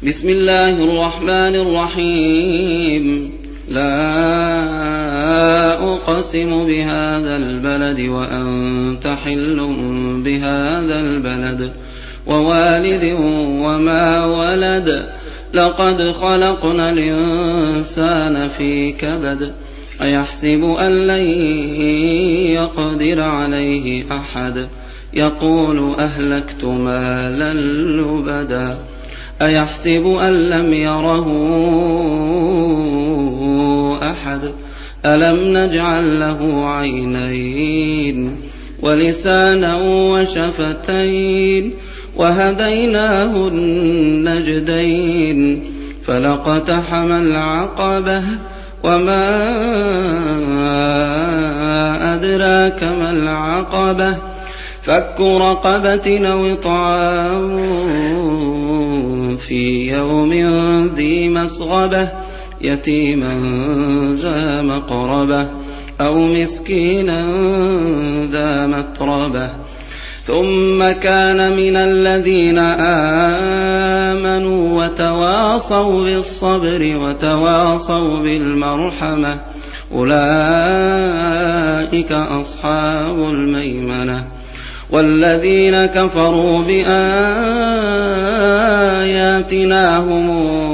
بسم الله الرحمن الرحيم. لا أقسم بهذا البلد وأنت حل بهذا البلد ووالد وما ولد لقد خلقنا الإنسان في كبد أيحسب أن لن يقدر عليه أحد يقول أهلكت مالا لبدا أيحسب أن لم يره أحد ألم نجعل له عينين ولسانا وشفتين وهديناه النجدين فلاقتحم العقبة وما أدراك ما العقبة فك رقبة أو إطعام في يوم ذي مسغبة يتيما ذا مقربة أو مسكينا ذا متربة ثم كان من الذين آمنوا وتواصوا بالصبر وتواصوا بالمرحمة أولئك أصحاب الميمنة والذين كفروا بآياتنا هم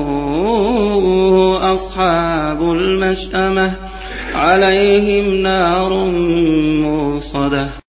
أصحاب المشأمة عليهم نار موصدة